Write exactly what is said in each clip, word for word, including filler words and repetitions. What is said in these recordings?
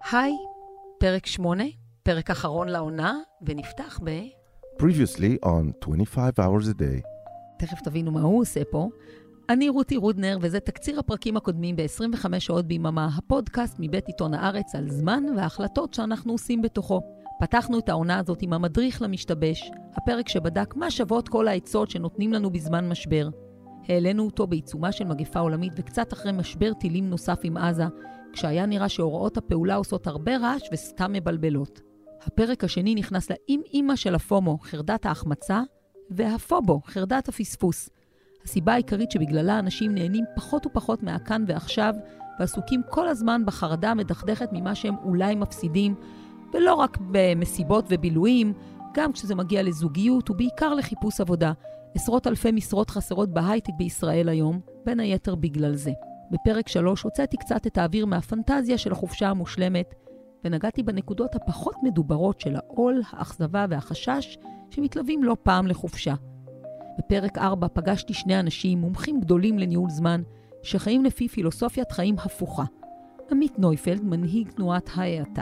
היי, פרק שמונה, פרק אחרון לעונה, ונפתח ב... Previously on twenty-five hours a day. תכף תבינו מה הוא עושה פה. אני רותי רודנר, וזה תקציר הפרקים הקודמים ב-עשרים וחמש שעות ביממה, הפודקאסט מבית עיתון הארץ על זמן וההחלטות שאנחנו עושים בתוכו. פתחנו את העונה הזאת עם המדריך למשתבש, הפרק שבדק מה שוות כל העצות שנותנים לנו בזמן משבר. העלינו אותו בעיצומה של מגפה עולמית וקצת אחרי משבר טילים נוסף עם עזה, כשהיה נראה שהוראות הפעולה עושות הרבה רעש וסתם מבלבלות. הפרק השני נכנס לאם אימא של הפומו, חרדת ההחמצה, והפובו, חרדת הפספוס. הסיבה העיקרית שבגללה אנשים נהנים פחות ופחות מהכאן ועכשיו, ועסוקים כל הזמן בחרדה המדכדכת ממה שהם אולי מפסידים, ולא רק במסיבות ובילויים, גם כשזה מגיע לזוגיות ובעיקר לחיפוש עבודה. עשרות אלפי משרות חסרות בהייטק בישראל היום, בין היתר בגלל זה. בפרק שלוש הוצאתי קצת את האוויר מהפנטזיה של החופשה המושלמת, ונגעתי בנקודות הפחות מדוברות של העול, האכזבה והחשש שמתלווים לא פעם לחופשה. בפרק ארבע פגשתי שני אנשים, מומחים גדולים לניהול זמן, שחיים לפי פילוסופיית חיים הפוכה. עמית נויפלד, מנהיג תנועת ההאטה,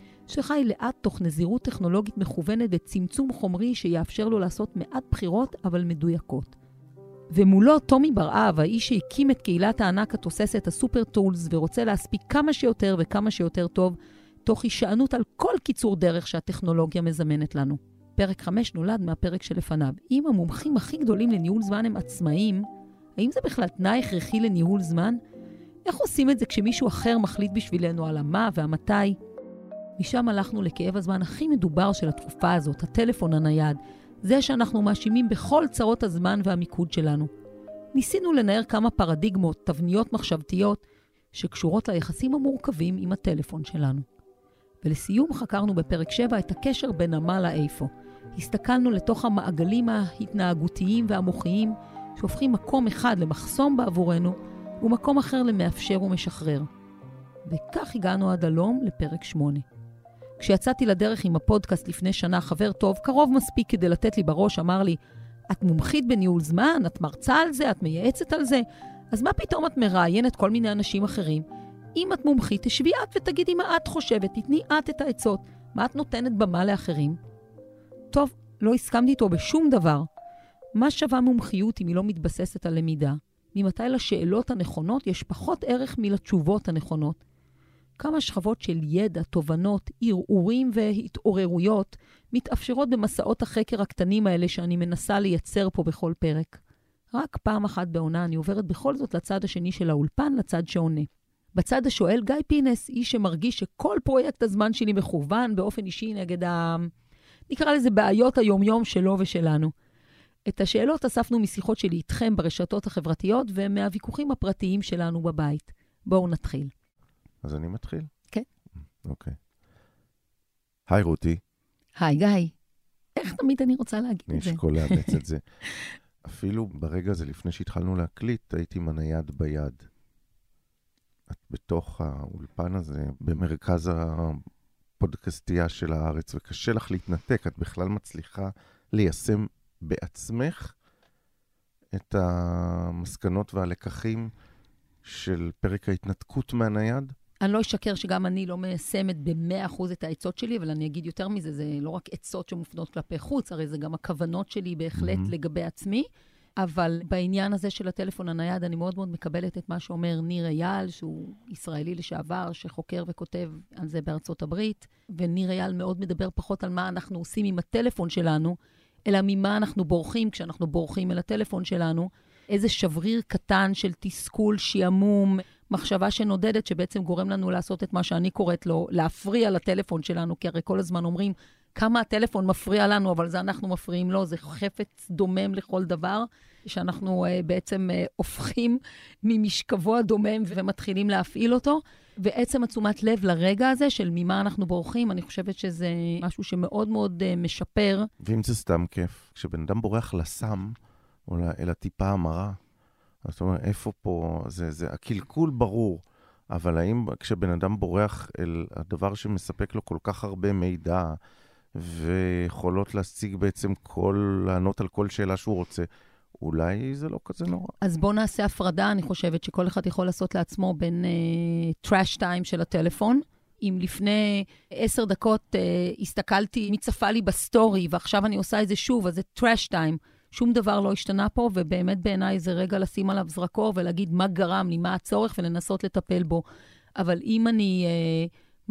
שחי לאט תוך נזירות טכנולוגית מכוונת וצמצום חומרי שיאפשר לו לעשות מעט בחירות אבל מדויקות. ומולו טומי ברעב, האיש שהקים את קהילת הענק התוססת הסופר טולס ורוצה להספיק כמה שיותר וכמה שיותר טוב, תוך הישענות על כל קיצור דרך שהטכנולוגיה מזמנת לנו. פרק חמש נולד מהפרק שלפניו. אם המומחים הכי גדולים לניהול זמן הם עצמאיים, האם זה בכלל תנאי הכרחי לניהול זמן? איך עושים את זה כשמישהו אחר מחליט בשבילנו על המה והמתי? משם הלכנו לכאב הזמן הכי מדובר של התקופה הזאת, הטלפון הנייד, זה שאנחנו מאשימים בכל צרות הזמן והמיקוד שלנו. ניסינו לנער כמה פרדיגמות, תבניות מחשבתיות, שקשורות ליחסים המורכבים עם הטלפון שלנו. ולסיום חקרנו בפרק שבע את הקשר בין המה לאיפה. הסתכלנו לתוך המעגלים ההתנהגותיים והמוחיים, שהופכים מקום אחד למחסום בעבורנו, ומקום אחר למאפשר ומשחרר. וכך הגענו עד הלום לפרק שמונה. כשיצאתי לדרך עם הפודקאסט לפני שנה, חבר טוב, קרוב מספיק כדי לתת לי בראש, אמר לי, את מומחית בניהול זמן, את מרצה על זה, את מייעצת על זה, אז מה פתאום את מראיינת כל מיני אנשים אחרים? אם את מומחית, תשבי את ותגידי מה את חושבת, תתני את את העצות, מה את נותנת במה לאחרים? טוב, לא הסכמתי איתו בשום דבר. מה שווה מומחיות אם היא לא מתבססת על למידה? ממתי לשאלות הנכונות יש פחות ערך מלתשובות הנכונות? כמה שכבות של ידע, תובנות, ערעורים והתעוררויות מתאפשרות במסעות החקר הקטנים האלה שאני מנסה לייצר פה בכל פרק. רק פעם אחת בעונה אני עוברת בכל זאת לצד השני של האולפן, לצד שעונה. בצד השואל גיא פינס, איש שמרגיש שכל פרויקט הזמן שלי מכוון באופן אישי נגד ה... נקרא לזה בעיות היומיום שלו ושלנו. את השאלות אספנו משיחות שלי איתכם ברשתות החברתיות ומהוויכוחים הפרטיים שלנו בבית. בואו נתחיל. אז אני מתחיל? כן. אוקיי. היי רותי. היי גיא. איך תמיד אני רוצה להגיד אני את זה? אני אשכול לאבץ את זה. אפילו ברגע הזה, לפני שהתחלנו להקליט, הייתי עם הנייד ביד. את בתוך האולפן הזה, במרכז הפודקאסטייה של הארץ, וקשה לך להתנתק. את בכלל מצליחה ליישם בעצמך את המסקנות והלקחים של פרק ההתנתקות מהנייד? אני לא אשקר שגם אני לא מיישמת ב-מאה אחוז את העצות שלי, אבל אני אגיד יותר מזה, זה לא רק עצות שמופנות כלפי חוץ, הרי זה גם הכוונות שלי בהחלט mm-hmm. לגבי עצמי, אבל בעניין הזה של הטלפון הנייד, אני מאוד מאוד מקבלת את מה שאומר ניר אייל, שהוא ישראלי לשעבר, שחוקר וכותב על זה בארצות הברית, וניר אייל מאוד מדבר פחות על מה אנחנו עושים עם הטלפון שלנו, אלא ממה אנחנו בורחים כשאנחנו בורחים אל הטלפון שלנו, איזה שבריר קטן של תסכול, שיעמום, מחשבה שנודדת שבעצם גורם לנו לעשות את מה שאני קוראת לו, להפריע לטלפון שלנו, כי הרי כל הזמן אומרים כמה הטלפון מפריע לנו, אבל זה אנחנו מפריעים לו, זה חפץ דומם לכל דבר, שאנחנו uh, בעצם uh, הופכים ממשכבו הדומם ומתחילים להפעיל אותו, ועצם עצומת לב לרגע הזה של ממה אנחנו בורחים, אני חושבת שזה משהו שמאוד מאוד uh, משפר. ואם זה סתם כיף, כשבן אדם בורח לסם, או אל הטיפה המרה, זאת אומרת, איפה פה, זה, זה, הקלקול ברור, אבל האם כשבן אדם בורח אל הדבר שמספק לו כל כך הרבה מידע, ויכולות להשיג בעצם כל, לענות על כל שאלה שהוא רוצה, אולי זה לא כזה נורא. אז בוא נעשה הפרדה, אני חושבת שכל אחד יכול לעשות לעצמו בין uh, trash time של הטלפון, אם לפני עשר דקות אה, הסתכלתי, מי צפה לי בסטורי, ועכשיו אני עושה את זה שוב, אז זה טרש טיים. שום דבר לא השתנה פה, ובאמת בעיניי זה רגע לשים עליו זרקור, ולהגיד מה גרם לי, מה הצורך, ולנסות לטפל בו. אבל אם אני אה,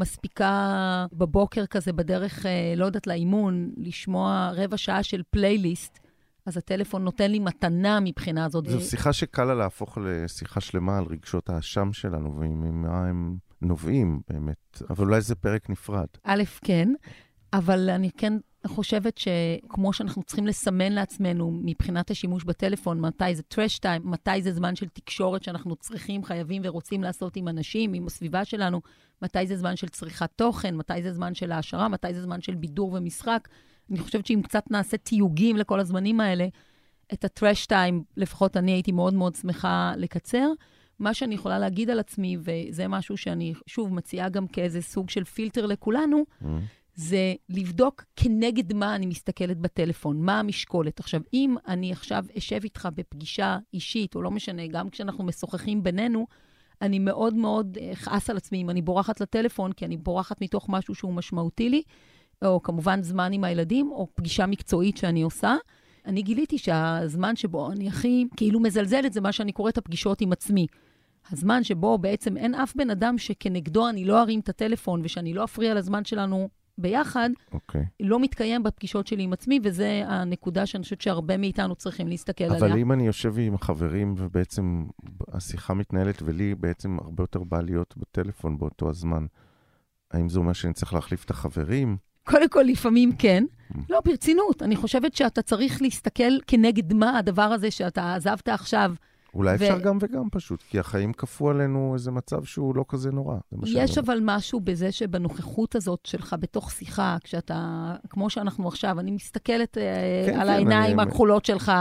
מספיקה בבוקר כזה, בדרך, אה, לא יודעת, לאימון, לשמוע רבע שעה של פלייליסט, אז הטלפון נותן לי מתנה מבחינה הזאת. זו שיחה שקל לה להפוך לשיחה שלמה על רגשות האשם שלנו, וממה הם נובעים באמת. אבל אולי זה פרק נפרד. א', כן, אבל אני כן חושבת שכמו שאנחנו צריכים לסמן לעצמנו מבחינת השימוש בטלפון, מתי זה טרש טיים, מתי זה זמן של תקשורת שאנחנו צריכים, חייבים ורוצים לעשות עם אנשים, עם הסביבה שלנו, מתי זה זמן של צריכת תוכן, מתי זה זמן של העשרה, מתי זה זמן של בידור ומשחק. אני חושבת שאם קצת נעשה תיוגים לכל הזמנים האלה, את הטרש טיים, לפחות אני הייתי מאוד מאוד שמחה לקצר. מה שאני יכולה להגיד על עצמי, וזה משהו שאני שוב מציעה גם כאיזה סוג של פילטר לכולנו, mm-hmm. זה לבדוק כנגד מה אני מסתכלת בטלפון, מה המשקולת. עכשיו, אם אני עכשיו אשב איתך בפגישה אישית, או לא משנה, גם כשאנחנו משוחחים בינינו, אני מאוד מאוד אכעס על עצמי אם אני בורחת לטלפון, כי אני בורחת מתוך משהו שהוא משמעותי לי, או כמובן זמן עם הילדים, או פגישה מקצועית שאני עושה. אני גיליתי שהזמן שבו אני הכי כאילו מזלזלת, זה מה שאני קוראת הפגישות עם עצמי. הזמן שבו בעצם אין אף בן אדם שכנגדו אני לא ארים את הטלפון, ושאני לא אפריע לזמן שלנו ביחד, okay. לא מתקיים בפגישות שלי עם עצמי, וזה הנקודה שאני חושבת שהרבה מאיתנו צריכים להסתכל אבל עליה. אבל אם אני יושב עם החברים, ובעצם השיחה מתנהלת, ולי בעצם הרבה יותר בא להיות בטלפון באותו הזמן, האם זה אומר שאני צריך להחליף את החברים? קודם כל, לפעמים כן. לא, ברצינות. אני חושבת שאתה צריך להסתכל כנגד מה הדבר הזה שאתה עזבת עכשיו. אולי אפשר גם וגם פשוט, כי החיים כפו עלינו איזה מצב שהוא לא כזה נורא. יש אבל משהו בזה שבנוכחות הזאת שלך בתוך שיחה, כשאתה, כמו שאנחנו עכשיו, אני מסתכלת על העיניים הכחולות שלך,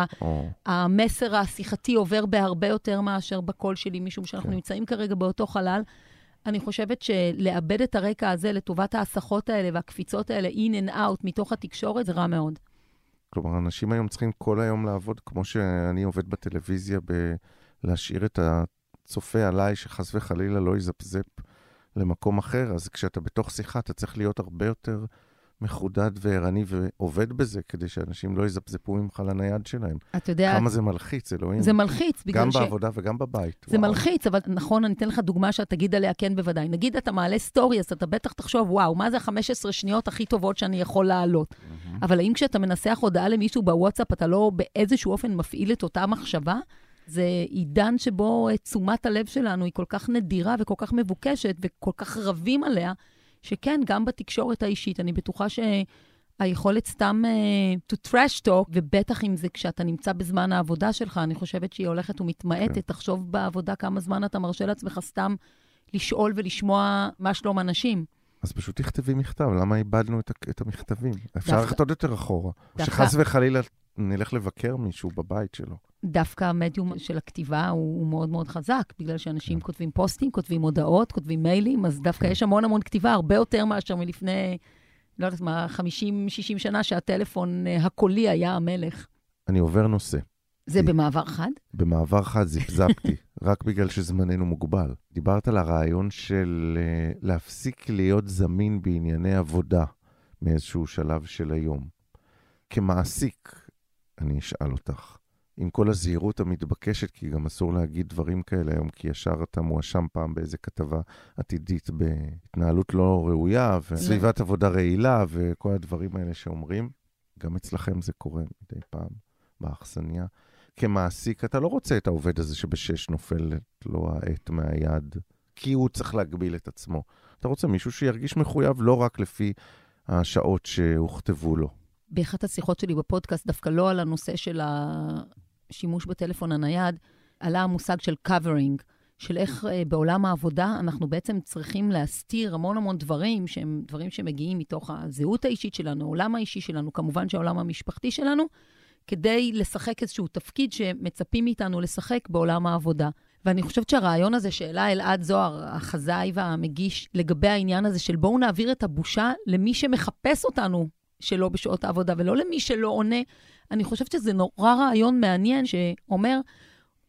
המסר השיחתי עובר בהרבה יותר מאשר בקול שלי, משום שאנחנו נמצאים כרגע באותו חלל. אני חושבת שלאבד את הרקע הזה לטובת ההסחות האלה והקפיצות האלה, in and out, מתוך התקשורת, זה רע מאוד. כלומר, אנשים היום צריכים כל היום לעבוד, כמו שאני עובד בטלוויזיה, להשאיר את הצופה עליי, שחס וחלילה לא יזפזפ למקום אחר. אז כשאתה בתוך שיחה, אתה צריך להיות הרבה יותר מחודד וערני, ועובד בזה, כדי שאנשים לא יזפזפו ממך לנייד שלהם. אתה יודע... כמה זה מלחיץ, אלוהים. זה מלחיץ. גם בעבודה ש... וגם בבית. זה וואו. מלחיץ, אבל נכון, אני אתן לך דוגמה שאת תגיד עליה כן בוודאי. נגיד, אתה מעלה סטורי, אז אתה בטח תחשוב, וואו, מה זה ה-חמש עשרה שניות הכי טובות שאני יכול לעלות? Mm-hmm. אבל האם כשאתה מנסח הודעה למישהו בוואטסאפ, אתה לא באיזשהו אופן מפעיל את אותה מחשבה? זה עידן שבו תשומת הלב שלנו היא כל כך נדירה וכל כך מבוקשת וכל כך רבים עליה, שכן, גם בתקשורת האישית, אני בטוחה שהיכולת סתם uh, to trash talk, ובטח אם זה כשאתה נמצא בזמן העבודה שלך, אני חושבת שהיא הולכת ומתמעטת, okay. תחשוב בעבודה כמה זמן אתה מרשה לעצמך סתם לשאול ולשמוע מה שלום אנשים. אז פשוט תכתבי מכתב, למה איבדנו את, את המכתבים? אפשר ללכת עוד יותר אחורה. שחס וחלילה נלך לבקר מישהו בבית שלו. דווקא המדיום של הכתיבה הוא, הוא מאוד מאוד חזק, בגלל שאנשים yeah. כותבים פוסטים, כותבים הודעות, כותבים מיילים, אז דווקא okay. יש המון המון כתיבה, הרבה יותר מאשר מלפני, לא יודעת מה, חמישים שישים שנה שהטלפון הקולי היה המלך. אני עובר נושא. זה במעבר חד? במעבר חד זיפזפתי, רק בגלל שזמננו מוגבל. דיברת על הרעיון של להפסיק להיות זמין בענייני עבודה מאיזשהו שלב של היום. כמעסיק, אני אשאל אותך, עם כל הזהירות המתבקשת, כי גם אסור להגיד דברים כאלה היום, כי ישר אתה מואשם פעם באיזה כתבה עתידית בהתנהלות לא ראויה, וסביבת עבודה רעילה, וכל הדברים האלה שאומרים. גם אצלכם זה קורה מדי פעם, באכסניה. כמעסיק, אתה לא רוצה את העובד הזה שבשש נופלת לו העט מהיד, כי הוא צריך להגביל את עצמו. אתה רוצה מישהו שירגיש מחויב לא רק לפי השעות שהוכתבו לו. באחת השיחות שלי בפודקאסט, דווקא לא על הנושא של השימוש בטלפון הנייד, עלה המושג של covering, של איך בעולם העבודה אנחנו בעצם צריכים להסתיר המון המון דברים, שהם דברים שמגיעים מתוך הזהות האישית שלנו, העולם האישי שלנו, כמובן שהעולם המשפחתי שלנו, כדי לשחק איזשהו תפקיד שמצפים מאיתנו לשחק בעולם העבודה. ואני חושבת שהרעיון הזה שאלה אלעד זוהר, החזאי והמגיש, לגבי העניין הזה של בואו נעביר את הבושה למי שמחפש אותנו שלא בשעות העבודה, ולא למי שלא עונה, אני חושבת שזה נורא רעיון מעניין שאומר,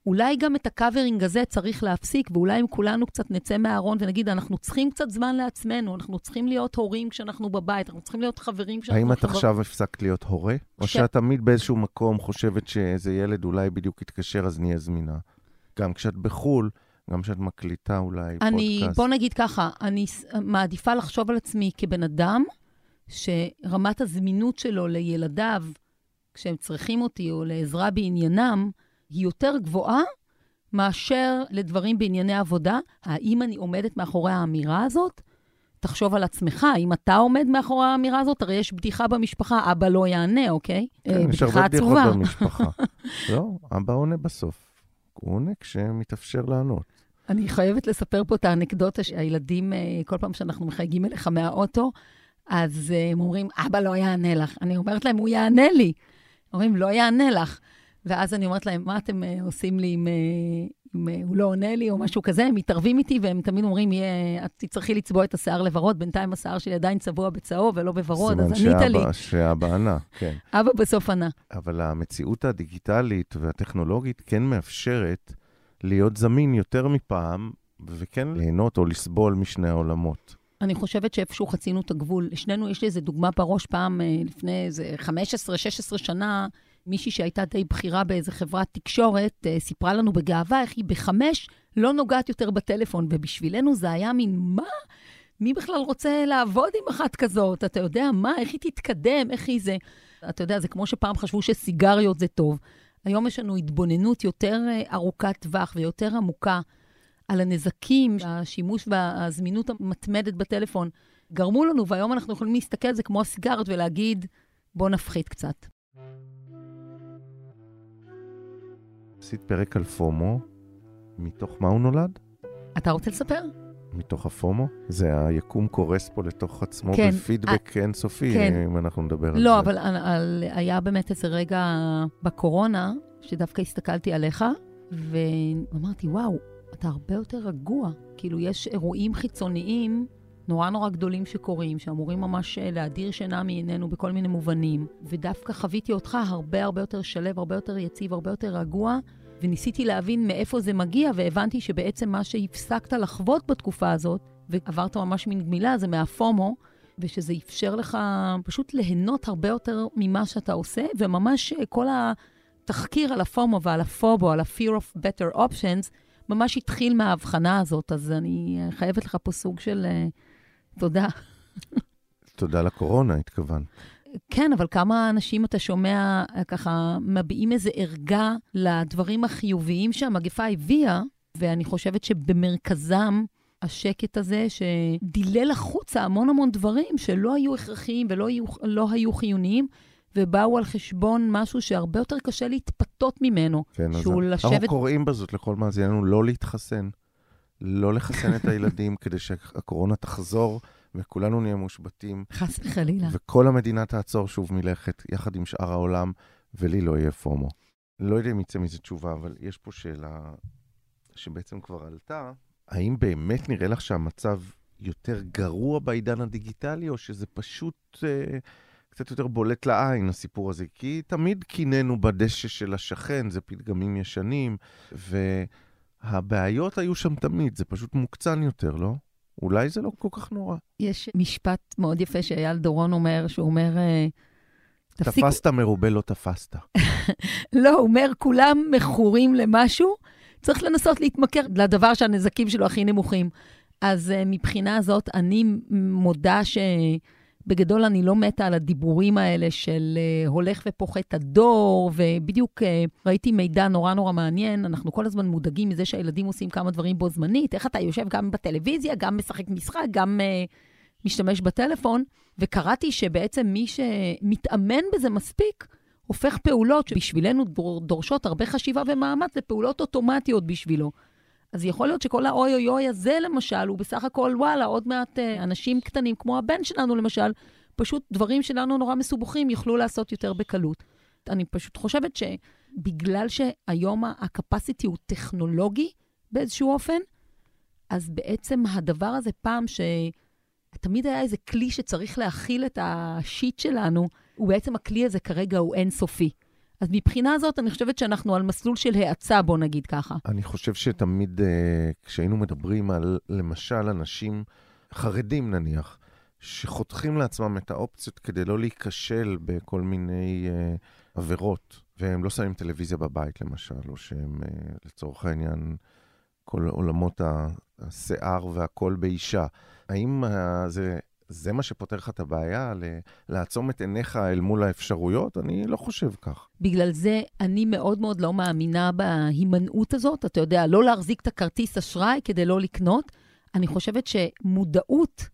אולי גם את הקאברינג הזה צריך להפסיק, ואולי אם כולנו קצת נצא מהארון ונגיד, אנחנו צריכים קצת זמן לעצמנו, אנחנו צריכים להיות הורים כשאנחנו בבית, אנחנו צריכים להיות חברים כשאנחנו... האם את עכשיו הפסקת להיות הורה? או שאת תמיד באיזשהו מקום חושבת שאיזה ילד אולי בדיוק יתקשר, אז נהיה זמינה? גם כשאת בחול, גם כשאת מקליטה אולי פודקאסט. בוא נגיד ככה, אני מעדיפה לחשוב על עצמי כבן אדם, שרמת הזמינות שלו לילדיו, כשהם צריכים אותי או לעזרה בעניינם, היא יותר גבוהה מאשר לדברים בענייני עבודה. האם אני עומדת מאחורי האמירה הזאת? תחשוב על עצמך, אם אתה עומד מאחורי האמירה הזאת, הרי יש בדיחה במשפחה, אבא לא יענה, אוקיי? כן, יש הרבה בדיחות במשפחה. לא, אבא עונה בסוף. הוא עונה כשמתאפשר לענות. אני חייבת לספר פה את האנקדוטה שהילדים, כל פעם שאנחנו מחייגים אליך מהאוטו, אז הם אומרים, אבא לא יענה לך. אני אומרת להם, הוא יענה לי. אומרים, לא יענה לך. ואז אני אומרת להם, מה אתם עושים לי אם, אם הוא לא עונה לי או משהו כזה? הם מתערבים איתי והם תמיד אומרים, את תצטרכי לצבוע את השיער לוורוד, בינתיים השיער שלי עדיין צבוע בצהוב ולא בוורוד, אז ענית לי. סימן שאבא ענה, כן. אבא בסוף ענה. אבל המציאות הדיגיטלית והטכנולוגית כן מאפשרת להיות זמין יותר מפעם, וכן ליהנות או לסבול משני העולמות. אני חושבת שאיפשהו חצינו את הגבול. לשנינו יש לי איזו דוגמה בראש פעם, לפני איזה חמש עשרה שש עשרה שנה, מישהי שהייתה די בחירה באיזו חברת תקשורת, סיפרה לנו בגאווה איך היא בחמש לא נוגעת יותר בטלפון, ובשבילנו זה היה מין, מה? מי בכלל רוצה לעבוד עם אחת כזאת? אתה יודע מה? איך היא תתקדם? איך היא זה? אתה יודע, זה כמו שפעם חשבו שסיגריות זה טוב. היום יש לנו התבוננות יותר ארוכת טווח ויותר עמוקה על הנזקים, השימוש והזמינות המתמדת בטלפון גרמו לנו, והיום אנחנו יכולים להסתכל על זה כמו הסיגריות ולהגיד, בוא נפחית קצת. עשית פרק על פומו, מתוך מה הוא נולד? אתה רוצה לספר? מתוך הפומו? זה היקום קורס פה לתוך עצמו כן, בפידבק א... אינסופי, כן. אם אנחנו נדבר על לא, זה. לא, אבל על, היה באמת איזה רגע בקורונה, שדווקא הסתכלתי עליך, ואמרתי, וואו, אתה הרבה יותר רגוע. כאילו, יש אירועים חיצוניים נורא נורא גדולים שקורים, שאמורים ממש להדיר שינה מעינינו בכל מיני מובנים. ודווקא חוויתי אותך הרבה הרבה יותר שלב, הרבה יותר יציב, הרבה יותר רגוע, וניסיתי להבין מאיפה זה מגיע, והבנתי שבעצם מה שהפסקת לחוות בתקופה הזאת, ועברת ממש מן גמילה, זה מהפומו, ושזה אפשר לך פשוט ליהנות הרבה יותר ממה שאתה עושה, וממש כל התחקיר על הפומו ועל הפובו, על ה-fear of better options, ממש התחיל מההבחנה הזאת, אז אני חייבת לך פה סוג של תודה. תודה לקורונה, התכוון. כן, אבל כמה אנשים אתה שומע ככה מביעים איזה ערגה לדברים החיוביים שהמגפה הביאה, ואני חושבת שבמרכזם השקט הזה שדילל החוצה המון המון דברים שלא היו הכרחיים ולא היו, לא היו חיוניים, ובאו על חשבון משהו שהרבה יותר קשה להתפתות ממנו. כן, שהוא אז לשבת... אנחנו קוראים בזאת לכל מאזיננו לא להתחסן, לא לחסן את הילדים כדי שהקורונה תחזור, וכולנו נהיה מושבתים. חס וחלילה. וכל המדינה תעצור שוב מלכת, יחד עם שאר העולם, ולי לא יהיה פומו. לא יודע אם יצא מזה תשובה, אבל יש פה שאלה שבעצם כבר עלתה. האם באמת נראה לך שהמצב יותר גרוע בעידן הדיגיטלי, או שזה פשוט... אה, קצת יותר בולט לעין, הסיפור הזה, כי תמיד כיננו בדשא של השכן, זה פתגמים ישנים, והבעיות היו שם תמיד, זה פשוט מוקצן יותר, לא? אולי זה לא כל כך נורא. יש משפט מאוד יפה שאייל דורון אומר, שהוא אומר... תפסיקו... תפסת מרובה לא תפסת. לא, הוא אומר, כולם מכורים למשהו, צריך לנסות להתמכר לדבר שהנזקים שלו הכי נמוכים. אז מבחינה הזאת, אני מודה ש... בגדול אני לא מתה על הדיבורים האלה של uh, הולך ופוחת הדור, ובדיוק uh, ראיתי מידע נורא נורא מעניין, אנחנו כל הזמן מודאגים מזה שהילדים עושים כמה דברים בו זמנית, איך אתה יושב גם בטלוויזיה, גם משחק משחק, גם uh, משתמש בטלפון, וקראתי שבעצם מי שמתאמן בזה מספיק, הופך פעולות שבשבילנו דור, דורשות הרבה חשיבה ומאמץ, זה פעולות אוטומטיות בשבילו. אז יכול להיות שכל האוי אוי אוי הזה למשל, הוא בסך הכל, וואלה, עוד מעט אנשים קטנים, כמו הבן שלנו למשל, פשוט דברים שלנו נורא מסובכים, יוכלו לעשות יותר בקלות. אני פשוט חושבת שבגלל שהיום הקפסיטי הוא טכנולוגי באיזשהו אופן, אז בעצם הדבר הזה פעם שתמיד היה איזה כלי שצריך להכיל את השיט שלנו, ובעצם הכלי הזה כרגע הוא אינסופי. אז מבחינה הזאת, אני חושבת שאנחנו על מסלול של האצה, בוא נגיד ככה. אני חושב שתמיד, כשהיינו מדברים על, למשל, אנשים חרדים נניח, שחותכים לעצמם את האופציות כדי לא להיכשל בכל מיני uh, עבירות, והם לא שמים טלוויזיה בבית למשל, או שהם uh, לצורך העניין כל עולמות השיער והכל באישה. האם uh, זה, זה מה שפותר לך את הבעיה, לעצום את עיניך אל מול האפשרויות? אני לא חושב כך. בגלל זה אני מאוד מאוד לא מאמינה בהימנעות הזאת, אתה יודע, לא להחזיק את הכרטיס אשראי כדי לא לקנות. אני חושבת שמודעות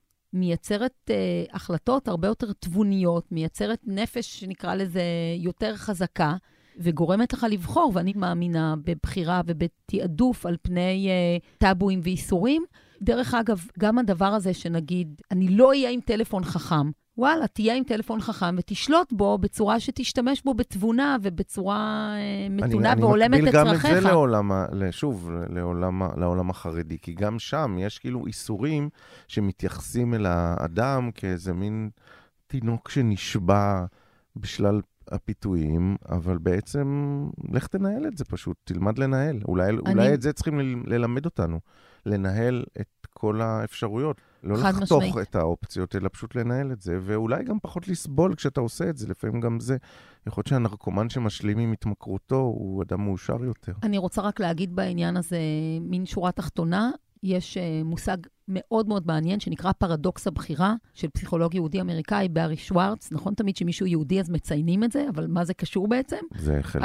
מייצרת אה, החלטות הרבה יותר תבוניות, מייצרת נפש שנקרא לזה יותר חזקה, וגורמת לך לבחור, ואני מאמינה בבחירה ובתעדוף על פני אה, טאבואים ואיסורים. דרך אגב, גם הדבר הזה שנגיד, אני לא אהיה עם טלפון חכם, וואלה, תהיה עם טלפון חכם ותשלוט בו בצורה שתשתמש בו בתבונה ובצורה אה, מתונה אני, והולמת לצרכיך. אני מקביל גם את זה לעולם, שוב, לעולם, לעולם החרדי, כי גם שם יש כאילו איסורים שמתייחסים אל האדם כאיזה מין תינוק שנשבע בשלל הפיתויים, אבל בעצם לך תנהל את זה פשוט, תלמד לנהל. אולי, אני... אולי את זה צריכים ל- ללמד אותנו, לנהל את כל האפשרויות. לא לחתוך משמעית. את האופציות, אלא פשוט לנהל את זה, ואולי גם פחות לסבול כשאתה עושה את זה. לפעמים גם זה, יכול להיות שהנרקומן שמשלים עם התמכרותו, הוא אדם מאושר יותר. אני רוצה רק להגיד בעניין הזה, מין שורה תחתונה, יש uh, מושג מאוד מאוד מעניין, שנקרא פרדוקס הבחירה, של פסיכולוג יהודי אמריקאי, בארי שוורץ. נכון תמיד שמישהו יהודי אז מציינים את זה, אבל מה זה קשור בעצם? זה חלק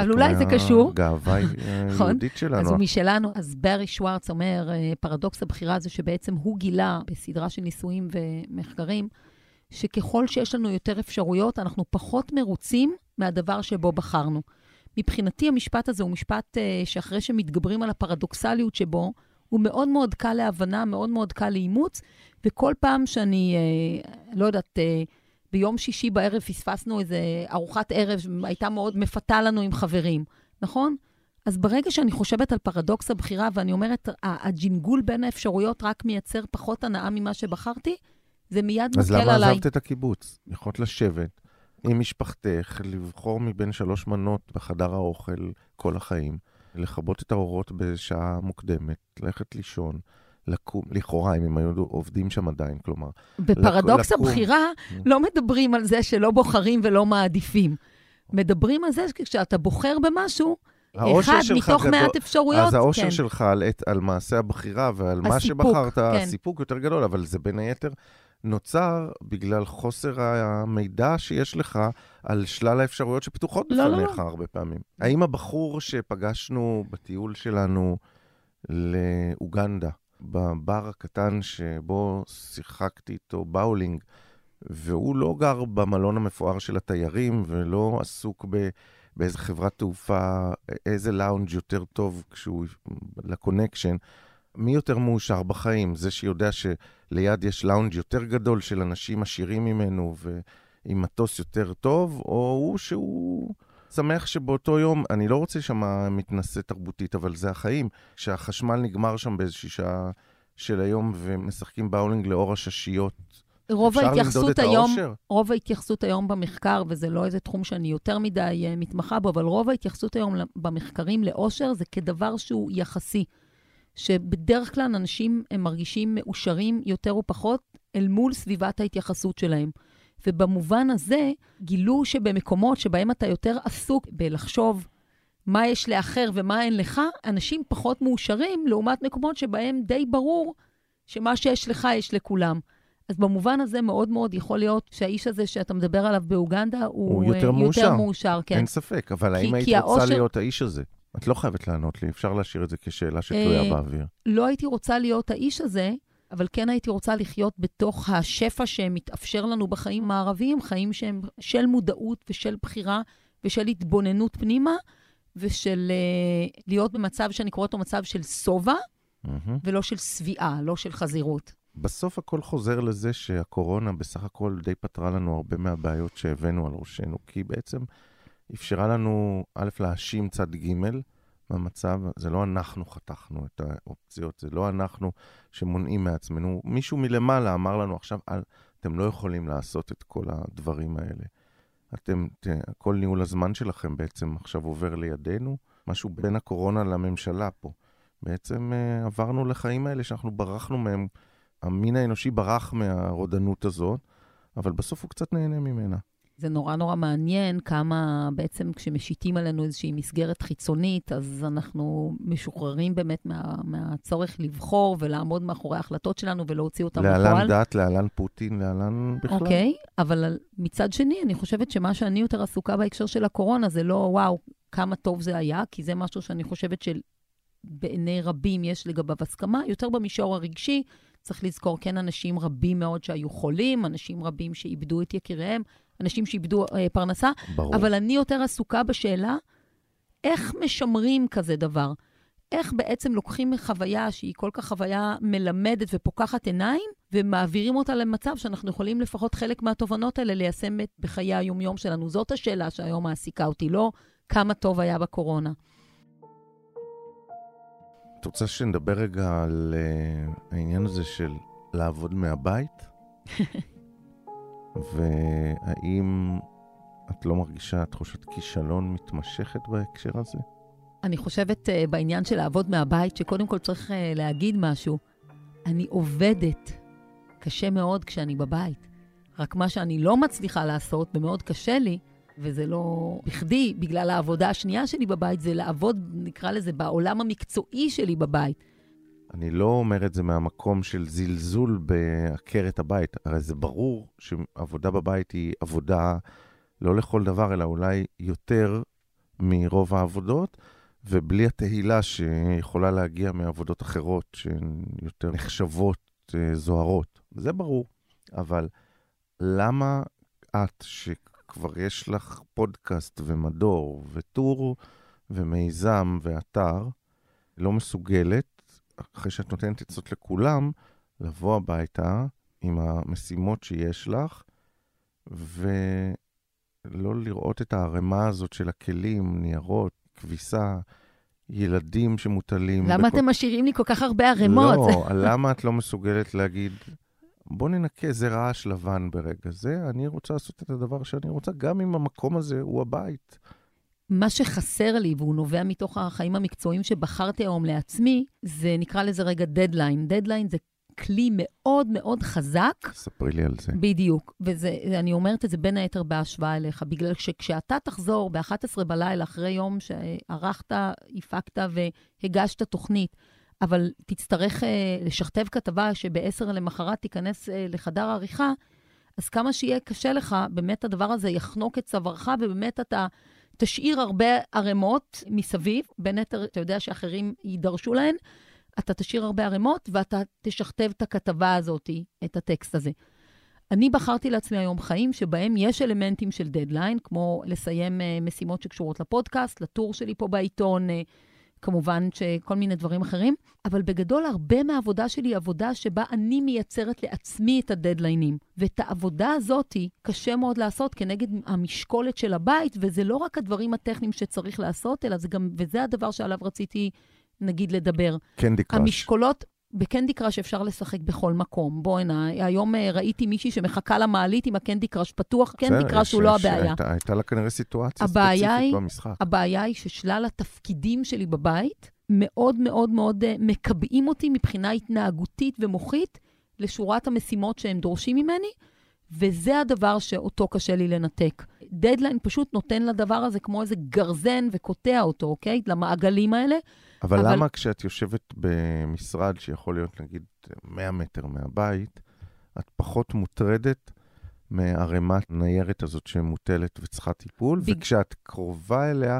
מהגאווה היהודית שלנו. אז הוא משלנו. אז בארי שוורץ אומר, פרדוקס הבחירה זה שבעצם הוא גילה בסדרה של ניסויים ומחקרים, שככל שיש לנו יותר אפשרויות, אנחנו פחות מרוצים מהדבר שבו בחרנו. מבחינתי המשפט הזה הוא משפט uh, שאחרי שמתגברים על הפרדוקסליות שבו, הוא מאוד מאוד קל להבנה, מאוד מאוד קל לאימוץ, וכל פעם שאני, אה, לא יודעת, אה, ביום שישי בערב פספסנו איזו ארוחת ערב, הייתה מאוד מפתה לנו עם חברים, נכון? אז ברגע שאני חושבת על פרדוקס הבחירה, ואני אומרת, הג'ינגול בין האפשרויות רק מייצר פחות הנאה ממה שבחרתי, זה מיד מקל עליי. אז למה עזבת את הקיבוץ? יכולת לשבת עם משפחתך, לבחור מבין שלוש מנות בחדר האוכל כל החיים, לחבות את האורות בשעה מוקדמת, ללכת לישון, לקום, לכאורה, אם הם היו עובדים שם עדיין, כלומר. בפרדוקס לקום. הבחירה לא מדברים על זה שלא בוחרים ולא מעדיפים. מדברים על זה כשאתה בוחר במשהו, אחד מתוך גדול, מעט אפשרויות. אז האושר כן. שלך על, על מעשה הבחירה ועל הסיפוק, מה שבחרת, כן. הסיפוק יותר גדול, אבל זה בין היתר נוצר בגלל חוסר המידע שיש לך על שלל האפשרויות שפתוחות לא, בפניך לא. הרבה פעמים. האם הבחור שפגשנו בטיול שלנו לאוגנדה, בבר הקטן שבו שיחקתי איתו באולינג, והוא לא גר במלון המפואר של התיירים, ולא עסוק ב, באיזה חברת תעופה, איזה לאונג' יותר טוב כשהוא לקונקשן, מי יותר מאושר בחיים? זה שיודע שליד יש לאונג' יותר גדול של אנשים עשירים ממנו ועם מטוס יותר טוב, או הוא שהוא שמח שבאותו יום, אני לא רוצה שמה מתנסה תרבותית, אבל זה החיים. כשהחשמל נגמר שם באיזושהי שעה של היום ומשחקים באולינג לאור הששיות, רוב ההתייחסות היום, רוב ההתייחסות היום במחקר, וזה לא איזה תחום שאני יותר מדי מתמחה בו, אבל רוב ההתייחסות היום במחקרים לאושר זה כדבר שהוא יחסי. שבדרך כלל אנשים הם מרגישים מאושרים יותר או פחות אל מול סביבת ההתייחסות שלהם. ובמובן הזה גילו שבמקומות שבהם אתה יותר עסוק בלחשוב מה יש לאחר ומה אין לך, אנשים פחות מאושרים לעומת מקומות שבהם די ברור שמה שיש לך יש לכולם. אז במובן הזה מאוד מאוד יכול להיות שהאיש הזה שאתה מדבר עליו באוגנדה הוא, הוא יותר, יותר מאושר. מאושר. כן. אין ספק, אבל כי, האם היית רוצה האושר... להיות האיש הזה? את לא חייבת לענות לי, אפשר להשאיר את זה כשאלה שתלויה באוויר. לא הייתי רוצה להיות האיש הזה, אבל כן הייתי רוצה לחיות בתוך השפע שמתאפשר לנו בחיים הערביים, חיים שהם של מודעות ושל בחירה ושל התבוננות פנימה, ושל להיות במצב שאני קוראת לו מצב של סובה, ולא של סביעה, לא של חזירות. בסוף הכל חוזר לזה שהקורונה בסך הכל די פתרה לנו הרבה מהבעיות שהבאנו על ראשנו, כי בעצם אפשרה לנו, א', להאשים צד ג' במצב, זה לא אנחנו חתכנו את האופציות, זה לא אנחנו שמונעים מעצמנו. מישהו מלמעלה אמר לנו עכשיו, אתם לא יכולים לעשות את כל הדברים האלה. אתם, כל ניהול הזמן שלכם בעצם עכשיו עובר לידינו, משהו בין הקורונה לממשלה פה. בעצם עברנו לחיים האלה שאנחנו ברחנו מהם, המין האנושי ברח מהרודנות הזאת, אבל בסוף הוא קצת נהנה ממנה. זה נורא נורא מעניין כמה בעצם כשמשיתים עלינו איזושהי מסגרת חיצונית, אז אנחנו משוחררים באמת מה, מהצורך לבחור ולעמוד מאחורי ההחלטות שלנו ולהוציא אותם בפועל. להלן דת, להלן פוטין, להלן בכלל. אוקיי, אבל מצד שני, אני חושבת שמה שאני יותר עסוקה בהקשר של הקורונה, זה לא וואו, כמה טוב זה היה, כי זה משהו שאני חושבת שבעיני רבים יש לגביו הסכמה, יותר במישור הרגשי, צריך לזכור כן אנשים רבים מאוד שהיו חולים, אנשים רבים שאיבדו את יקיריהם, אנשים שאיבדו אה, פרנסה, ברור. אבל אני יותר עסוקה בשאלה, איך משמרים כזה דבר? איך בעצם לוקחים חוויה שהיא כל כך חוויה מלמדת ופוקחת עיניים, ומעבירים אותה למצב שאנחנו יכולים לפחות חלק מהתובנות האלה ליישם בחיי היומיום שלנו. זאת השאלה שהיום מעסיקה אותי, לא כמה טוב היה בקורונה. את רוצה שנדבר רגע על uh, העניין הזה של לעבוד מהבית? והאם את לא מרגישה תחושת כישלון מתמשכת בהקשר הזה? אני חושבת uh, בעניין של לעבוד מהבית, שקודם כל צריך uh, להגיד משהו. אני עובדת קשה מאוד כשאני בבית. רק מה שאני לא מצליחה לעשות, ומאוד קשה לי, וזה לא בכדי, בגלל העבודה השנייה שלי בבית, זה לעבוד, נקרא לזה, בעולם המקצועי שלי בבית. אני לא אומר את זה מהמקום של זלזול בעקרת הבית. הרי זה ברור שעבודה בבית היא עבודה לא לכל דבר, אלא אולי יותר מרוב העבודות, ובלי התהילה שיכולה להגיע מעבודות אחרות, שהן יותר נחשבות, זוהרות. זה ברור. אבל למה את שכבר יש לך פודקאסט ומדור וטור ומיזם ואתר, לא מסוגלת, אחרי שאת נותנת עצות לכולם, לבוא הביתה עם המשימות שיש לך, ולא לראות את הערימה הזאת של הכלים, ניירות, כביסה, ילדים שמוטלים. למה בכל... אתם משאירים לי כל כך הרבה ערימות? לא, למה את לא מסוגלת להגיד, בוא ננקה, זה רעש לבן ברגע זה, אני רוצה לעשות את הדבר שאני רוצה, גם אם המקום הזה הוא הבית. מה שחסר לי, והוא נובע מתוך החיים המקצועיים שבחרתי היום לעצמי, זה נקרא לזה רגע דדליין. דדליין זה כלי מאוד מאוד חזק. ספרי לי על זה. בדיוק. ואני אומרת את זה בין היתר בהשוואה אליך, בגלל שכשאתה תחזור ב-אחת עשרה בלילה, אחרי יום שערכת, הפקת והגשת תוכנית, אבל תצטרך לשכתב כתבה שב-עשר למחרת תיכנס לחדר העריכה, אז כמה שיהיה קשה לך, באמת הדבר הזה יחנוק את צווארך, ובאמת אתה תשאיר הרבה ערימות מסביב, בין היתר, אתה יודע שאחרים יידרשו להן, אתה תשאיר הרבה ערימות, ואתה תשכתב את הכתבה הזאת, את הטקסט הזה. אני בחרתי לעצמי היום חיים שבהם יש אלמנטים של דדליין, כמו לסיים משימות שקשורות לפודקאסט, לטור שלי פה בעיתון, כמובן שכל מיני דברים אחרים, אבל בגדול הרבה מהעבודה שלי היא עבודה שבה אני מייצרת לעצמי את הדדליינים. ואת העבודה הזאת קשה מאוד לעשות כנגד המשקולת של הבית, וזה לא רק הדברים הטכניים שצריך לעשות, אלא זה גם, וזה הדבר שעליו רציתי, נגיד, לדבר. קנדי קראש. המשקולות, בקנדי קראש אפשר לשחק בכל מקום. בוא הנה, היום ראיתי מישהי שמחכה למעלית עם הקנדי קראש פתוח, קנדי קראש הוא לא הבעיה. הייתה לה כנראה סיטואציה ספציפית במשחק. הבעיה היא ששלל התפקידים שלי בבית, מאוד מאוד מאוד מקבעים אותי מבחינה התנהגותית ומוחית, לשורת המשימות שהם דורשים ממני, וזה הדבר שאותו קשה לי לנתק. דדליין פשוט נותן לדבר הזה כמו איזה גרזן וקוטע אותו, אוקיי? למעגלים האלה. אבל, אבל למה כשאת יושבת במשרד שיכול להיות נגיד מאה מטר מהבית, את פחות מוטרדת מהרמת ניירת הזאת שמוטלת וצריכה טיפול, בג... וכשאת קרובה אליה,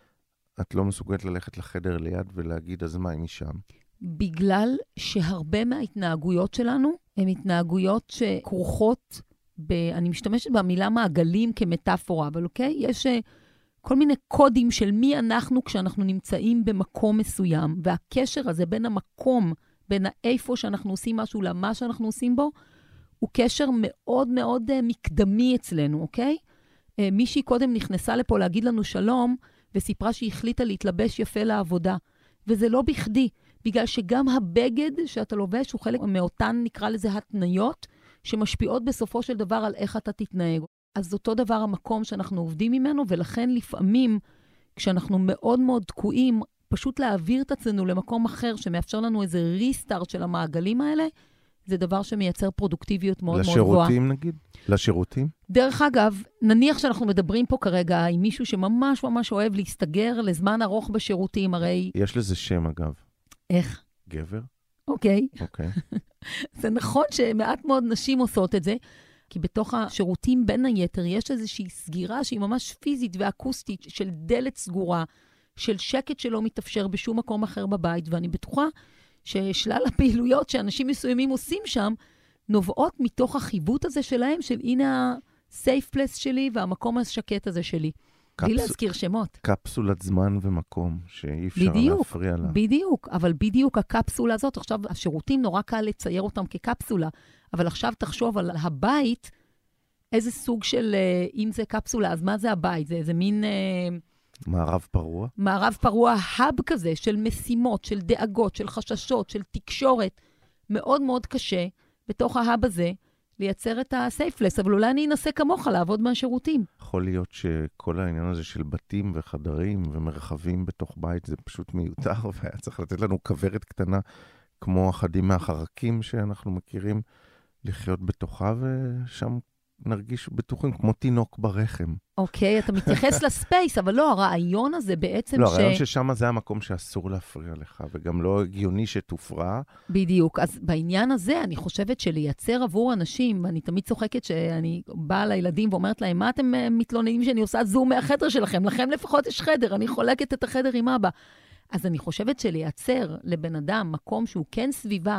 את לא מסוגלת ללכת לחדר ליד ולהגיד, אז מה היא משם? בגלל שהרבה מההתנהגויות שלנו, הן התנהגויות שכרוכות, ב... אני משתמשת במילה מעגלים כמטאפורה, אבל אוקיי? יש כל מיני קודים של מי אנחנו כשאנחנו נמצאים במקום מסוים, והקשר הזה בין המקום, בין האיפה שאנחנו עושים משהו למה שאנחנו עושים בו, הוא קשר מאוד מאוד מקדמי אצלנו, אוקיי? מישהי קודם נכנסה לפה להגיד לנו שלום, וסיפרה שהיא החליטה להתלבש יפה לעבודה. וזה לא בכדי, בגלל שגם הבגד שאתה לובש הוא חלק מאותן, נקרא לזה, התניות, שמשפיעות בסופו של דבר על איך אתה תתנהג. אז אותו דבר המקום שאנחנו עובדים ממנו, ולכן לפעמים, כשאנחנו מאוד מאוד תקועים, פשוט להעביר את עצמנו למקום אחר, שמאפשר לנו איזה ריסטארט של המעגלים האלה, זה דבר שמייצר פרודוקטיביות מאוד מאוד גבוהה. לשירותים נגיד? לשירותים? דרך אגב, נניח שאנחנו מדברים פה כרגע עם מישהו שממש ממש אוהב להסתגר לזמן ארוך בשירותים, הרי... יש לזה שם אגב. איך? גבר? אוקיי. אוקיי. זה נכון שמעט מאוד נשים עושות את זה, כי בתוך השירותים בין היתר יש איזושהי סגירה שהיא ממש פיזית ואקוסטית של דלת סגורה, של שקט שלא מתאפשר בשום מקום אחר בבית, ואני בטוחה ששלל הפעילויות שאנשים מסוימים עושים שם, נובעות מתוך החיווט הזה שלהם, של הנה ה-safe place שלי והמקום השקט הזה שלי. קפס... בלי להזכיר שמות. קפסולת זמן ומקום שאי אפשר בדיוק, להפריע לה. בדיוק, אבל בדיוק הקפסולה הזאת, עכשיו השירותים נורא קל לצייר אותם כקפסולה, אבל עכשיו תחשוב על הבית, איזה סוג של, אם זה קפסולה, אז מה זה הבית? זה איזה מין... מערב פרוע? מערב פרוע, האב כזה של משימות, של דאגות, של חששות, של תקשורת. מאוד מאוד קשה בתוך ההאב הזה לייצר את הסייפלס, אבל אולי אני אנסה כמוך לעבוד מהשירותים. יכול להיות שכל העניין הזה של בתים וחדרים ומרחבים בתוך בית זה פשוט מיותר, והיה צריך לתת לנו כברת קטנה, כמו אחדים מהחרקים שאנחנו מכירים, לחיות בתוכה, ושם נרגיש בטוחים, כמו תינוק ברחם. אוקיי, אתה מתייחס לספייס, אבל לא, הרעיון הזה בעצם לא, ש... לא, הרעיון ששם זה המקום שאסור להפריע לך, וגם לא הגיוני שתופרע. בדיוק, אז בעניין הזה אני חושבת שלייצר עבור אנשים, ואני תמיד צוחקת שאני באה לילדים ואומרת להם, מה אתם מתלוננים שאני עושה זום מהחדר שלכם? לכם לפחות יש חדר, אני חולקת את החדר עם אבא. אז אני חושבת שלייצר לבן אדם מקום שהוא כן סביבה,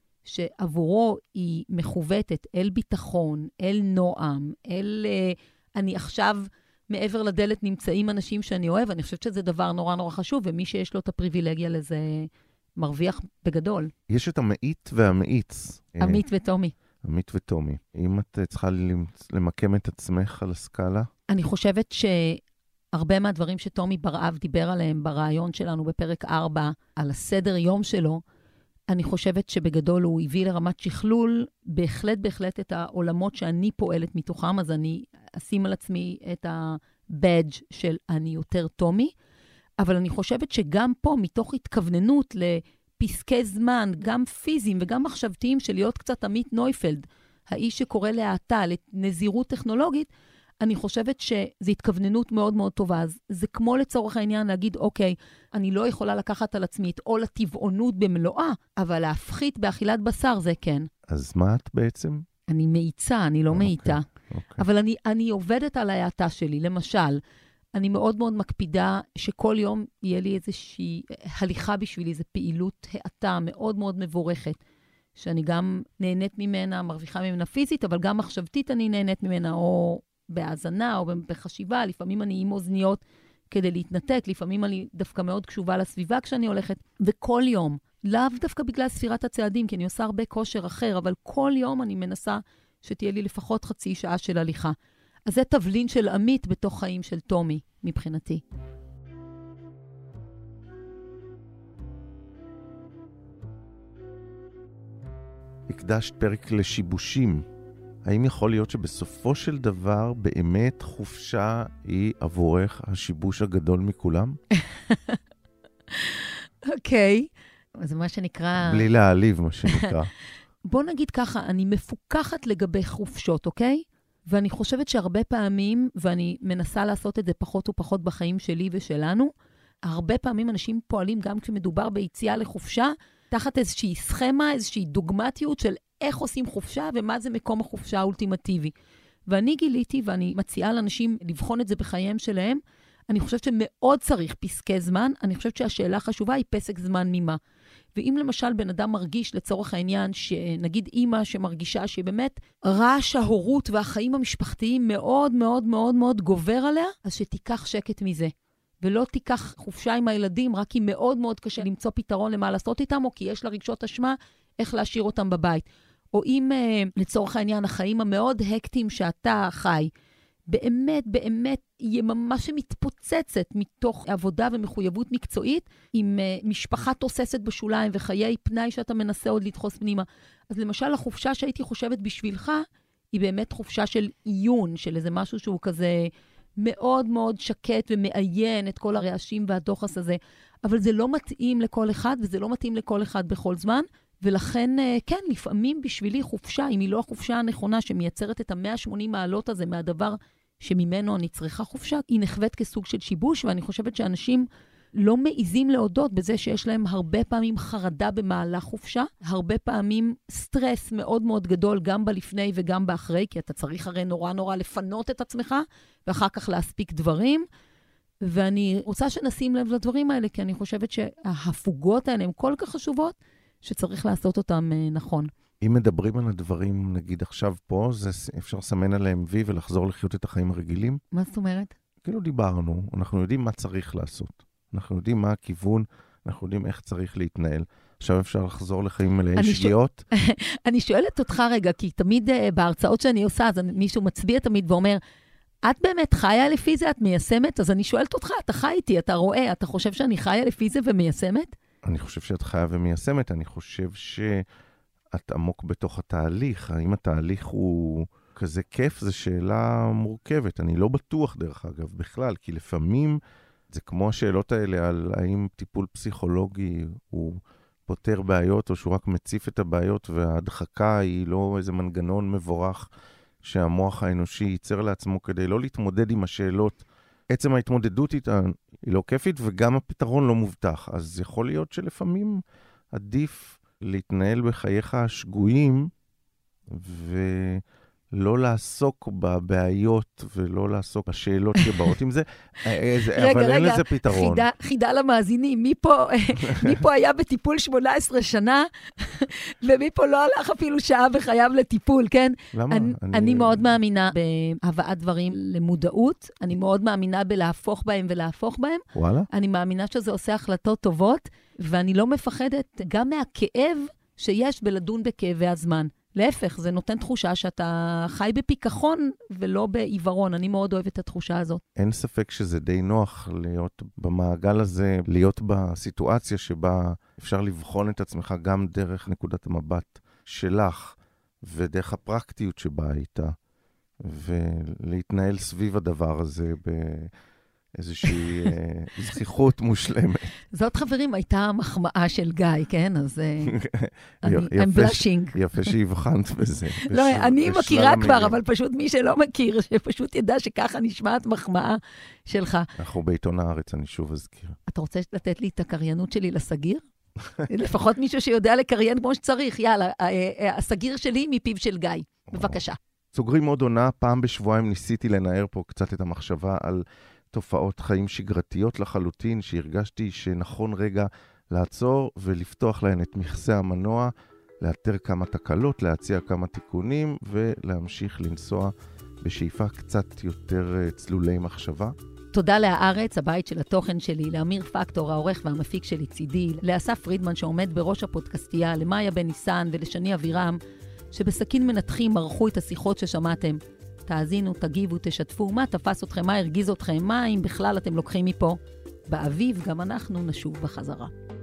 שעבורו היא מכוותת אל ביטחון, אל נועם, אל... אני עכשיו מעבר לדלת נמצאים אנשים שאני אוהב, אני חושבת שזה דבר נורא נורא חשוב, ומי שיש לו את הפריבילגיה לזה מרוויח בגדול. יש את המאית והמאיץ. עמית וטומי. עמית וטומי. אם את צריכה למקם את עצמך על הסקאלה? אני חושבת שהרבה מהדברים שטומי ברעב דיבר עליהם ברעיון שלנו בפרק ארבע, על הסדר יום שלו, אני חושבת שבגדול הוא הביא לרמת שכלול, בהחלט בהחלט את העולמות שאני פועלת מתוכם, אז אני אשים על עצמי את הבאג' של אני יותר טומי, אבל אני חושבת שגם פה, מתוך התכווננות לפסקי זמן, גם פיזיים וגם מחשבתיים של להיות קצת עמית נויפלד, האיש שקורא להאטה, לנזירות טכנולוגית, אני חושבת שזו התכווננות מאוד מאוד טובה. אז זה כמו לצורך העניין להגיד, אוקיי, אני לא יכולה לקחת על עצמי את עול הטבעונות במלואה, אבל להפחית באכילת בשר זה כן. אז מה את בעצם? אני מאיצה, אני לא אוקיי, מאיתה. אוקיי. אבל אני, אני עובדת על ההאטה שלי. למשל, אני מאוד מאוד מקפידה שכל יום יהיה לי איזושהי הליכה בשבילי, איזו פעילות האטה מאוד מאוד מבורכת, שאני גם נהנית ממנה, מרוויחה ממנה פיזית, אבל גם מחשבתית אני נהנית ממנה, או בהאזנה או בחשיבה, לפעמים אני עם אוזניות כדי להתנתק, לפעמים אני דווקא מאוד קשובה לסביבה כשאני הולכת, וכל יום, לאו דווקא בגלל ספירת הצעדים, כי אני עושה הרבה כושר אחר, אבל כל יום אני מנסה שתהיה לי לפחות חצי שעה של הליכה. אז זה תבלין של עמית בתוך חיים של טומי, מבחינתי. הקדשת פרק לשיבושים. האם יכול להיות שבסופו של דבר באמת חופשה היא עבורך השיבוש הגדול מכולם? אוקיי. זה מה שנקרא... בלי להעליב, מה שנקרא. בוא נגיד ככה, אני מפוקחת לגבי חופשות, אוקיי? ואני חושבת שהרבה פעמים, ואני מנסה לעשות את זה פחות ופחות בחיים שלי ושלנו, הרבה פעמים אנשים פועלים גם כשמדובר ביציאה לחופשה, תחת איזושהי סכמה, איזושהי דוגמטיות של איך עושים חופשה ומה זה מקום החופשה האולטימטיבי. ואני גיליתי, ואני מציעה לאנשים לבחון את זה בחייהם שלהם, אני חושבת שמאוד צריך פסקי זמן, אני חושבת שהשאלה החשובה היא פסק זמן ממה. ואם למשל בן אדם מרגיש לצורך העניין, שנגיד אימא שמרגישה שבאמת רעש ההורות והחיים המשפחתיים מאוד מאוד מאוד מאוד גובר עליה, אז שתיקח שקט מזה. ולא תיקח חופשה עם הילדים, רק כי מאוד מאוד קשה למצוא פתרון למה לעשות איתם, או כי יש לה רגשות אשמה, איך להשאיר אותם בבית. או אם לצורך העניין החיים המאוד הקטיים שאתה חי, באמת, באמת, יהיה ממש מתפוצצת מתוך עבודה ומחויבות מקצועית, עם משפחה תוססת בשוליים וחיי פנאי שאתה מנסה עוד לדחוס פנימה. אז למשל, החופשה שהייתי חושבת בשבילך, היא באמת חופשה של עיון, של איזה משהו שהוא כזה מאוד מאוד שקט ומעיין את כל הרעשים והדוחס הזה, אבל זה לא מתאים לכל אחד, וזה לא מתאים לכל אחד בכל זמן, ולכן, כן, לפעמים בשבילי חופשה, אם היא לא החופשה הנכונה שמייצרת את ה-מאה ושמונים מעלות הזה מהדבר שממנו אני צריכה חופשה, היא נחוות כסוג של שיבוש, ואני חושבת שאנשים לא מעיזים להודות בזה שיש להם הרבה פעמים חרדה במהלך חופשה, הרבה פעמים סטרס מאוד מאוד גדול, גם בלפני וגם באחרי, כי אתה צריך הרי נורא נורא לפנות את עצמך, ואחר כך להספיק דברים, ואני רוצה שנשים לב לדברים האלה, כי אני חושבת שההפוגות האלה הן כל כך חשובות, שצריך לעשות אותם נכון. אם מדברים על הדברים, נגיד עכשיו פה, זה אפשר לסמן עליהם וי ולחזור לחיות את החיים הרגילים? מה זאת אומרת? כאילו דיברנו, אנחנו יודעים מה צריך לעשות. אנחנו יודעים מה הכיוון, אנחנו יודעים איך צריך להתנהל. עכשיו אפשר לחזור לחיים מלאי שגיאות. אני שואלת אותך רגע, כי תמיד בהרצאות שאני עושה, אז מישהו מצביע תמיד ואומר, את באמת חיה לפי זה, את מיישמת? אז אני שואלת אותך, אתה חי איתי, אתה רואה, אתה חושב שאני חיה לפי זה ומיישמת? אני חושב שאת חיה ומיישמת, אני חושב שאת עמוק בתוך התהליך. האם התהליך הוא כזה כיף? זו שאלה מורכבת. אני לא בטוח דרך אגב בכלל, כי לפעמים זה כמו השאלות האלה על האם טיפול פסיכולוגי הוא פותר בעיות, או שהוא רק מציף את הבעיות, וההדחקה היא לא איזה מנגנון מבורך שהמוח האנושי ייצר לעצמו כדי לא להתמודד עם השאלות. עצם ההתמודדות איתן היא לא כיפית, וגם הפתרון לא מובטח. אז יכול להיות שלפעמים עדיף להתנהל בחייך השגויים, ולא לעסוק בבעיות, ולא לעסוק בשאלות שבאות עם זה. רגע, אבל רגע, אין לזה פתרון. חידה, חידה למאזינים. מי פה, מי פה היה בטיפול שמונה עשרה שנה, ומי פה לא הלך אפילו שעה בחייו לטיפול, כן? למה? אני, אני... אני מאוד מאמינה בהבאת דברים למודעות, אני מאוד מאמינה בלהפוך בהם ולהפוך בהם. וואלה? אני מאמינה שזה עושה החלטות טובות, ואני לא מפחדת גם מהכאב שיש בלדון בכאבי הזמן. להפך, זה נותן תחושה שאתה חי בפיקחון ולא בעיוורון. אני מאוד אוהבת את התחושה הזאת. אין ספק שזה די נוח להיות במעגל הזה, להיות בסיטואציה שבה אפשר לבחון את עצמך גם דרך נקודת המבט שלך, ודרך הפרקטיות שבה הייתה, ולהתנהל סביב הדבר הזה באיזושהי זכיחות מושלמת. זאת, חברים, הייתה המחמאה של גיא, כן? אז I'm blushing. יפה שהבחנת בזה. לא, אני מכירה כבר, אבל פשוט מי שלא מכיר, שפשוט ידע שככה נשמעת מחמאה שלך. אנחנו בעיתון הארץ, אני שוב אזכיר. אתה רוצה לתת לי את הקריינות שלי לסגיר? לפחות מישהו שיודע לקריין כמו שצריך. יאללה, הסגיר שלי מפיו של גיא. בבקשה. סוגרים עוד עונה, פעם בשבועיים ניסיתי לנער פה קצת את המחשבה על תופעות חיים שגרתיות לחלוטין, שהרגשתי שנכון רגע לעצור ולפתוח להן את מכסה המנוע, לאתר כמה תקלות, להציע כמה תיקונים ולהמשיך לנסוע בשאיפה קצת יותר צלולי מחשבה. תודה להארץ, הבית של התוכן שלי, לאמיר פקטור, העורך והמפיק שלי צידי, לאסף פרידמן שעומד בראש הפודקאסטייה, למאיה בן ניסן ולשני אבירם, שבסכין מנתחים ערכו את השיחות ששמעתם. תאזינו, תגיבו, תשתפו, מה תפס אתכם, מה הרגיז אתכם, מה אם בכלל אתם לוקחים מפה. באביב גם אנחנו נשוב בחזרה.